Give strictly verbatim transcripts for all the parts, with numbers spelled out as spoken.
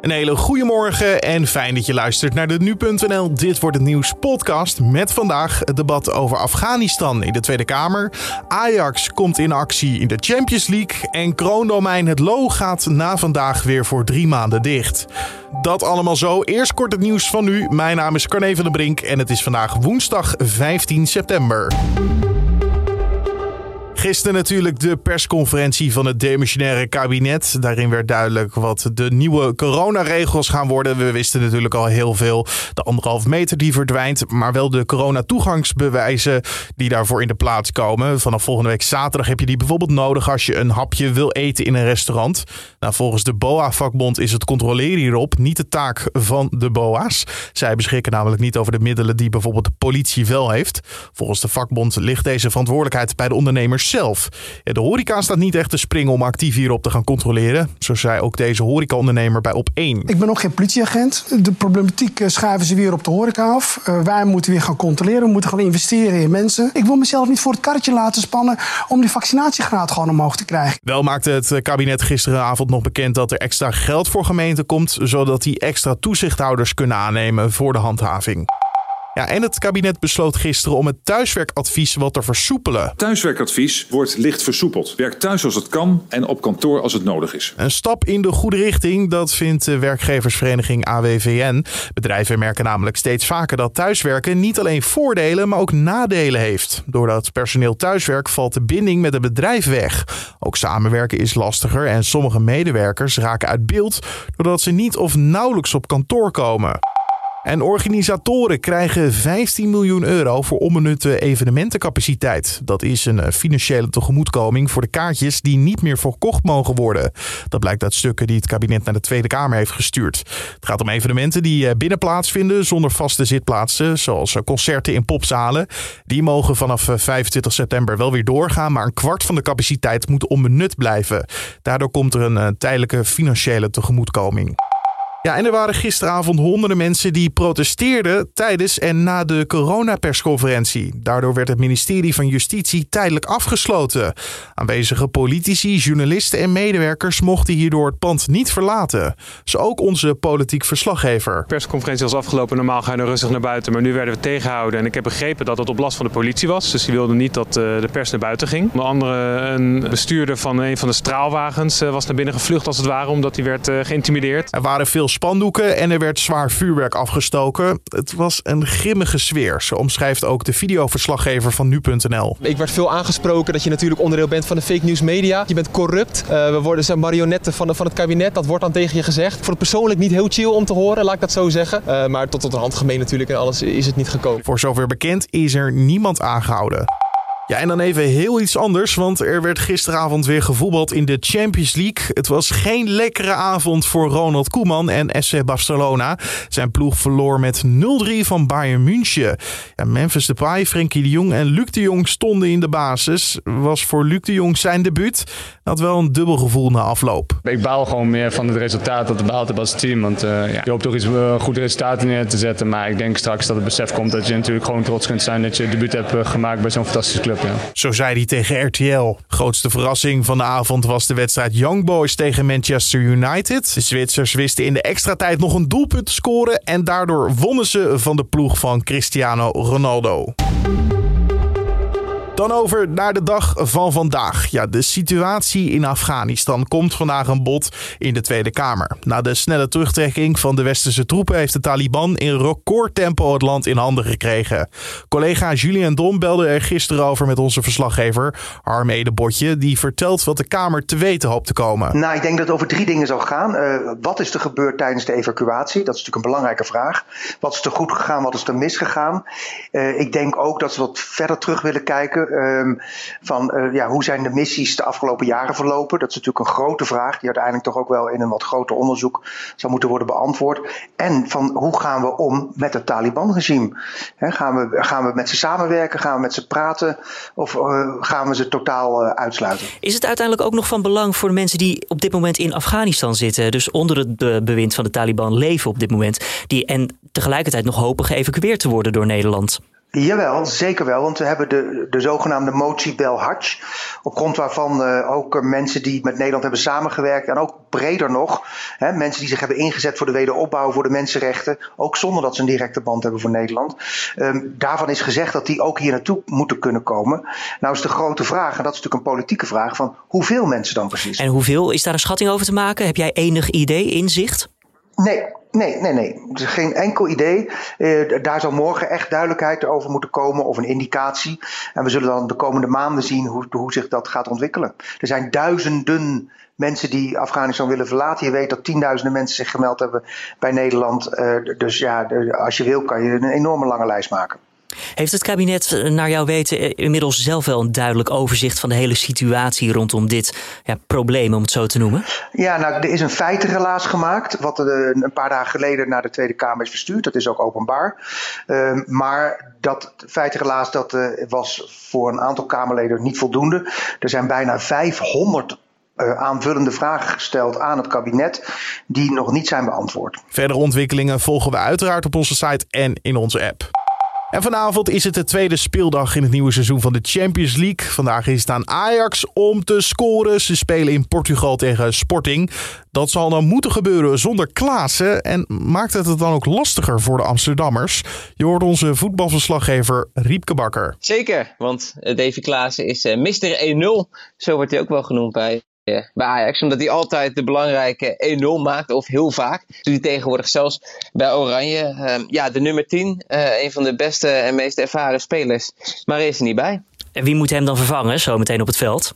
Een hele goede morgen en fijn dat je luistert naar de nu punt n l Dit wordt het nieuws podcast met vandaag het debat over Afghanistan in de Tweede Kamer. Ajax komt in actie in de Champions League en Kroondomein Het Loo gaat na vandaag weer voor drie maanden dicht. Dat allemaal zo. Eerst kort het nieuws van nu. Mijn naam is Carne van der Brink en het is vandaag woensdag vijftien september. Gisteren natuurlijk de persconferentie van het demissionaire kabinet. Daarin werd duidelijk wat de nieuwe coronaregels gaan worden. We wisten natuurlijk al heel veel. De anderhalf meter die verdwijnt, maar wel de coronatoegangsbewijzen die daarvoor in de plaats komen. Vanaf volgende week zaterdag heb je die bijvoorbeeld nodig als je een hapje wil eten in een restaurant. Nou, volgens de B O A-vakbond is het controleren hierop niet de taak van de B O A's. Zij beschikken namelijk niet over de middelen die bijvoorbeeld de politie wel heeft. Volgens de vakbond ligt deze verantwoordelijkheid bij de ondernemers zelf. Ja, de horeca staat niet echt te springen om actief hierop te gaan controleren. Zo zei ook deze horecaondernemer bij Op één. Ik ben ook geen politieagent. De problematiek schuiven ze weer op de horeca af. Uh, wij moeten weer gaan controleren. We moeten gaan investeren in mensen. Ik wil mezelf niet voor het karretje laten spannen om die vaccinatiegraad gewoon omhoog te krijgen. Wel maakte het kabinet gisteravond nog bekend dat er extra geld voor gemeenten komt, zodat die extra toezichthouders kunnen aannemen voor de handhaving. Ja, en het kabinet besloot gisteren om het thuiswerkadvies wat te versoepelen. Thuiswerkadvies wordt licht versoepeld. Werk thuis als het kan en op kantoor als het nodig is. Een stap in de goede richting, dat vindt de werkgeversvereniging A W V N. Bedrijven merken namelijk steeds vaker dat thuiswerken niet alleen voordelen, maar ook nadelen heeft. Doordat personeel thuiswerkt valt de binding met het bedrijf weg. Ook samenwerken is lastiger en sommige medewerkers raken uit beeld doordat ze niet of nauwelijks op kantoor komen. En organisatoren krijgen vijftien miljoen euro voor onbenutte evenementencapaciteit. Dat is een financiële tegemoetkoming voor de kaartjes die niet meer verkocht mogen worden. Dat blijkt uit stukken die het kabinet naar de Tweede Kamer heeft gestuurd. Het gaat om evenementen die binnen plaatsvinden zonder vaste zitplaatsen, zoals concerten in popzalen. Die mogen vanaf vijfentwintig september wel weer doorgaan, maar een kwart van de capaciteit moet onbenut blijven. Daardoor komt er een tijdelijke financiële tegemoetkoming. Ja, en er waren gisteravond honderden mensen die protesteerden tijdens en na de coronapersconferentie. Daardoor werd het ministerie van Justitie tijdelijk afgesloten. Aanwezige politici, journalisten en medewerkers mochten hierdoor het pand niet verlaten. Zo ook onze politiek verslaggever. De persconferentie was afgelopen, normaal ga je nou rustig naar buiten, maar nu werden we tegengehouden. En ik heb begrepen dat het op last van de politie was, dus die wilden niet dat de pers naar buiten ging. Onder andere een bestuurder van een van de straalwagens was naar binnen gevlucht als het ware, omdat hij werd geïntimideerd. Er waren veel spandoeken en er werd zwaar vuurwerk afgestoken. Het was een grimmige sfeer. Zo omschrijft ook de videoverslaggever van nu punt n l. Ik werd veel aangesproken dat je natuurlijk onderdeel bent van de fake news media. Je bent corrupt. Uh, we worden zijn marionetten van, de, van het kabinet. Dat wordt dan tegen je gezegd. Ik vond het persoonlijk niet heel chill om te horen, laat ik dat zo zeggen. Uh, maar tot, tot een handgemeen natuurlijk en alles is het niet gekomen. Voor zover bekend is er niemand aangehouden. Ja, en dan even heel iets anders, want er werd gisteravond weer gevoetbald in de Champions League. Het was geen lekkere avond voor Ronald Koeman en F C Barcelona. Zijn ploeg verloor met nul drie van Bayern München. Ja, Memphis Depay, Frenkie de Jong en Luc de Jong stonden in de basis. Was voor Luc de Jong zijn debuut. Had wel een dubbel gevoel na afloop. Ik baal gewoon meer van het resultaat dat we behaald hebben als team. Want uh, ja, je hoopt toch iets uh, goede resultaten neer te zetten. Maar ik denk straks dat het besef komt dat je natuurlijk gewoon trots kunt zijn dat je debuut hebt uh, gemaakt bij zo'n fantastische club. Ja. Zo zei hij tegen R T L. Grootste verrassing van de avond was de wedstrijd Young Boys tegen Manchester United. De Zwitsers wisten in de extra tijd nog een doelpunt te scoren en daardoor wonnen ze van de ploeg van Cristiano Ronaldo. Dan over naar de dag van vandaag. Ja, de situatie in Afghanistan komt vandaag aan bod in de Tweede Kamer. Na de snelle terugtrekking van de westerse troepen heeft de Taliban in recordtempo het land in handen gekregen. Collega Julian Dom belde er gisteren over met onze verslaggever Harm Edebotje, die vertelt wat de Kamer te weten hoopt te komen. Nou, ik denk dat het over drie dingen zal gaan. Uh, wat is er gebeurd tijdens de evacuatie? Dat is natuurlijk een belangrijke vraag. Wat is er goed gegaan, wat is er misgegaan? Uh, ik denk ook dat ze wat verder terug willen kijken. Um, van uh, ja, hoe zijn de missies de afgelopen jaren verlopen? Dat is natuurlijk een grote vraag die uiteindelijk toch ook wel in een wat groter onderzoek zou moeten worden beantwoord. En van hoe gaan we om met het Taliban-regime? He, gaan we, gaan we met ze samenwerken? Gaan we met ze praten? Of uh, gaan we ze totaal uh, uitsluiten? Is het uiteindelijk ook nog van belang voor de mensen die op dit moment in Afghanistan zitten, dus onder het be- bewind van de Taliban leven op dit moment, die en tegelijkertijd nog hopen geëvacueerd te worden door Nederland? Jawel, zeker wel. Want we hebben de, de zogenaamde motie Belhadj. Op grond waarvan uh, ook uh, mensen die met Nederland hebben samengewerkt. En ook breder nog. Hè, mensen die zich hebben ingezet voor de wederopbouw, voor de mensenrechten. Ook zonder dat ze een directe band hebben voor Nederland. Um, daarvan is gezegd dat die ook hier naartoe moeten kunnen komen. Nou is de grote vraag, en dat is natuurlijk een politieke vraag. Van hoeveel mensen dan precies? En hoeveel? Is daar een schatting over te maken? Heb jij enig idee, inzicht? Nee. Nee, nee, nee. Er is geen enkel idee. Uh, daar zal morgen echt duidelijkheid over moeten komen of een indicatie. En we zullen dan de komende maanden zien hoe, hoe zich dat gaat ontwikkelen. Er zijn duizenden mensen die Afghanistan willen verlaten. Je weet dat tienduizenden mensen zich gemeld hebben bij Nederland. Uh, dus ja, als je wil kan je een enorme lange lijst maken. Heeft het kabinet naar jouw weten inmiddels zelf wel een duidelijk overzicht van de hele situatie rondom dit ja, probleem, om het zo te noemen? Ja, nou, er is een feitenrelaas gemaakt, wat een paar dagen geleden naar de Tweede Kamer is verstuurd. Dat is ook openbaar. Uh, maar dat feitenrelaas dat, uh, was voor een aantal Kamerleden niet voldoende. Er zijn bijna vijfhonderd Uh, aanvullende vragen gesteld aan het kabinet die nog niet zijn beantwoord. Verdere ontwikkelingen volgen we uiteraard op onze site en in onze app. En vanavond is het de tweede speeldag in het nieuwe seizoen van de Champions League. Vandaag is het aan Ajax om te scoren. Ze spelen in Portugal tegen Sporting. Dat zal dan moeten gebeuren zonder Klaassen. En maakt het het dan ook lastiger voor de Amsterdammers? Je hoort onze voetbalverslaggever Riepke Bakker. Zeker, want Davy Klaassen is uh, mister één nul. Zo wordt hij ook wel genoemd bij... bij Ajax, omdat hij altijd de belangrijke één nul maakt, of heel vaak. Doet hij tegenwoordig zelfs bij Oranje. Uh, ja, de nummer tien, uh, een van de beste en meest ervaren spelers, maar hij is er niet bij. En wie moet hem dan vervangen, zo meteen op het veld?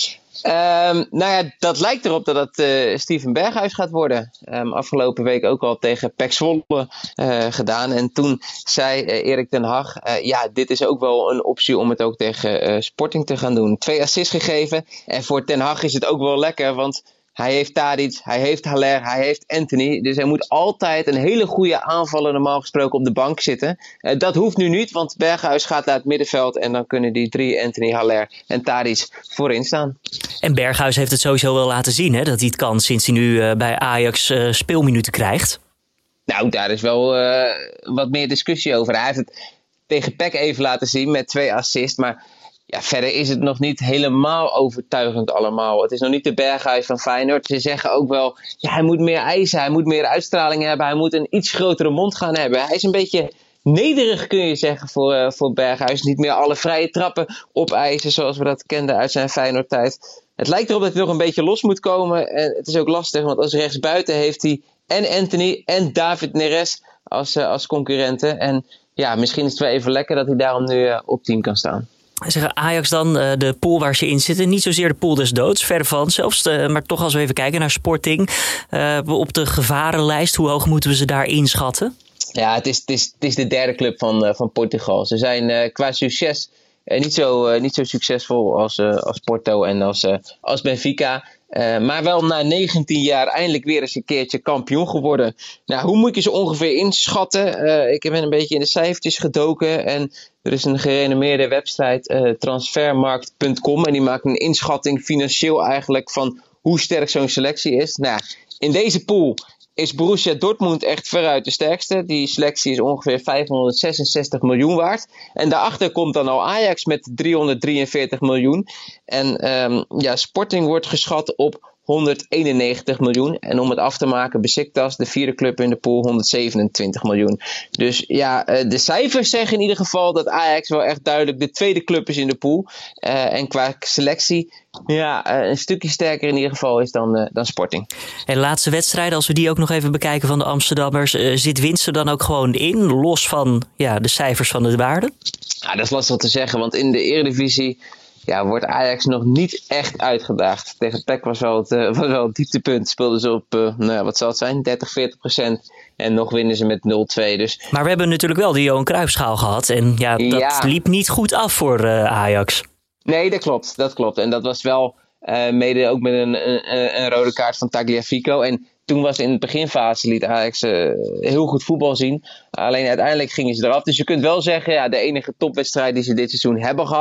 Um, nou ja, dat lijkt erop dat het uh, Steven Berghuis gaat worden. Um, afgelopen week ook al tegen P E C Zwolle uh, gedaan. En toen zei uh, Erik ten Hag, uh, ja, dit is ook wel een optie om het ook tegen uh, Sporting te gaan doen. Twee assists gegeven. En voor ten Hag is het ook wel lekker, want hij heeft Tadic, hij heeft Haller, hij heeft Antony. Dus hij moet altijd een hele goede aanvaller normaal gesproken op de bank zitten. Uh, dat hoeft nu niet, want Berghuis gaat naar het middenveld. En dan kunnen die drie, Antony, Haller en Tadic, voorin staan. En Berghuis heeft het sowieso wel laten zien, hè, dat hij het kan sinds hij nu uh, bij Ajax uh, speelminuten krijgt. Nou, daar is wel uh, wat meer discussie over. Hij heeft het tegen P E C even laten zien met twee assists, maar... Ja, verder is het nog niet helemaal overtuigend allemaal. Het is nog niet de Berghuis van Feyenoord. Ze zeggen ook wel, ja, hij moet meer eisen, hij moet meer uitstraling hebben, hij moet een iets grotere mond gaan hebben. Hij is een beetje nederig, kun je zeggen, voor, uh, voor Berghuis. Niet meer alle vrije trappen opeisen zoals we dat kenden uit zijn Feyenoord-tijd. Het lijkt erop dat hij nog een beetje los moet komen. En het is ook lastig, want als rechtsbuiten heeft hij en Antony en David Neres als, uh, als concurrenten. En ja, misschien is het wel even lekker dat hij daarom nu uh, op team kan staan. Zeggen Ajax dan, de pool waar ze in zitten, niet zozeer de pool des doods, verder van zelfs, de, maar toch als we even kijken naar Sporting, uh, op de gevarenlijst, hoe hoog moeten we ze daar inschatten? Ja, het is, het is, het is de derde club van, uh, van Portugal. Ze zijn uh, qua succes uh, niet, zo, uh, niet zo succesvol als, uh, als Porto en als, uh, als Benfica. Uh, maar wel na negentien jaar eindelijk weer eens een keertje kampioen geworden. Nou, hoe moet je ze ongeveer inschatten? Uh, ik ben een beetje in de cijfertjes gedoken. En er is een gerenommeerde website, uh, transfermarkt punt com. En die maakt een inschatting financieel eigenlijk van hoe sterk zo'n selectie is. Nou, in deze pool is Borussia Dortmund echt veruit de sterkste. Die selectie is ongeveer vijfhonderdzesenzestig miljoen waard. En daarachter komt dan al Ajax met driehonderddrieënveertig miljoen. En um, ja, Sporting wordt geschat op honderdeenennegentig miljoen. En om het af te maken, Besiktas, de vierde club in de pool, honderdzevenentwintig miljoen. Dus ja, de cijfers zeggen in ieder geval dat Ajax wel echt duidelijk de tweede club is in de pool. Uh, en qua selectie, ja, een stukje sterker in ieder geval is dan, uh, dan Sporting. En de laatste wedstrijden, als we die ook nog even bekijken van de Amsterdammers, uh, zit winst er dan ook gewoon in, los van ja, de cijfers van de waarde? Ja, dat is lastig te zeggen, want in de Eredivisie ja, wordt Ajax nog niet echt uitgedaagd. Tegen P E C was wel het, uh, was wel het dieptepunt. Speelden ze op, uh, nou, wat zal het zijn, dertig, veertig procent. En nog winnen ze met nul twee. Dus... Maar we hebben natuurlijk wel de Johan Cruijffschaal gehad. En ja, dat ja. liep niet goed af voor uh, Ajax. Nee, dat klopt. Dat klopt. En dat was wel uh, mede ook met een, een, een rode kaart van Tagliafico. En toen was in de beginfase liet Ajax uh, heel goed voetbal zien. Alleen uiteindelijk gingen ze eraf. Dus je kunt wel zeggen, ja, de enige topwedstrijd die ze dit seizoen hebben gehad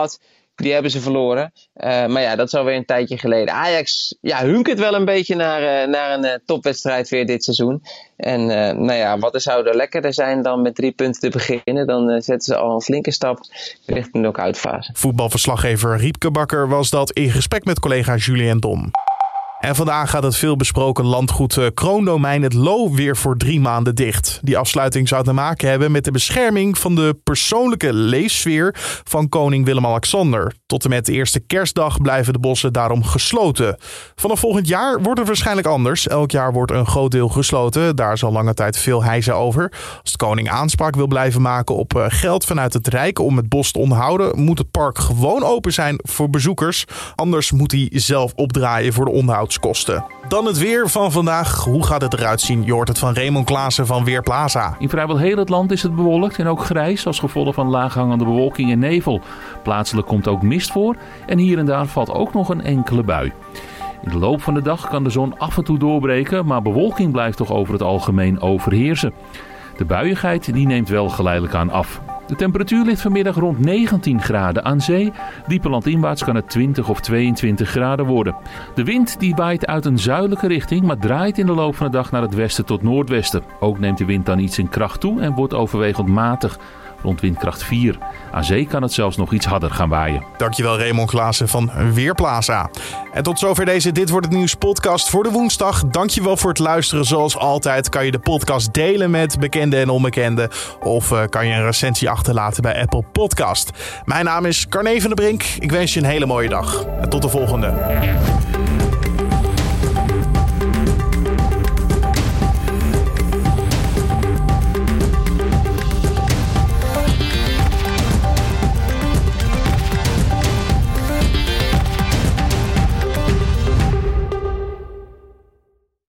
Die hebben ze verloren. Uh, maar ja, dat is alweer een tijdje geleden. Ajax ja, hunkert wel een beetje naar, uh, naar een uh, topwedstrijd weer dit seizoen. En uh, nou ja, wat zou er lekkerder zijn dan met drie punten te beginnen. Dan uh, zetten ze al een flinke stap richting de knock-out fase. Voetbalverslaggever Riepke Bakker was dat in gesprek met collega Julien Dom. En vandaag gaat het veelbesproken landgoed Kroondomein Het Loo weer voor drie maanden dicht. Die afsluiting zou te maken hebben met de bescherming van de persoonlijke leefsfeer van koning Willem-Alexander. Tot en met de eerste kerstdag blijven de bossen daarom gesloten. Vanaf volgend jaar wordt het waarschijnlijk anders. Elk jaar wordt een groot deel gesloten. Daar is al lange tijd veel hijza over. Als de koning aanspraak wil blijven maken op geld vanuit het Rijk om het bos te onderhouden, moet het park gewoon open zijn voor bezoekers. Anders moet hij zelf opdraaien voor de onderhoud. Kosten. Dan het weer van vandaag. Hoe gaat het eruit zien? Je hoort het van Raymond Klaassen van Weerplaza. In vrijwel heel het land is het bewolkt en ook grijs als gevolg van laaghangende bewolking en nevel. Plaatselijk komt ook mist voor en hier en daar valt ook nog een enkele bui. In de loop van de dag kan de zon af en toe doorbreken, maar bewolking blijft toch over het algemeen overheersen. De buiigheid die neemt wel geleidelijk aan af. De temperatuur ligt vanmiddag rond negentien graden aan zee. Diepe landinwaarts kan het twintig of tweeëntwintig graden worden. De wind die waait uit een zuidelijke richting, maar draait in de loop van de dag naar het westen tot noordwesten. Ook neemt de wind dan iets in kracht toe en wordt overwegend matig. Rond windkracht vier. Aan zee kan het zelfs nog iets harder gaan waaien. Dankjewel Raymond Klaassen van Weerplaza. En tot zover deze Dit Wordt Het Nieuws podcast voor de woensdag. Dankjewel voor het luisteren. Zoals altijd kan je de podcast delen met bekenden en onbekenden. Of uh, kan je een recensie achterlaten bij Apple Podcast. Mijn naam is Carne van der Brink. Ik wens je een hele mooie dag. En tot de volgende.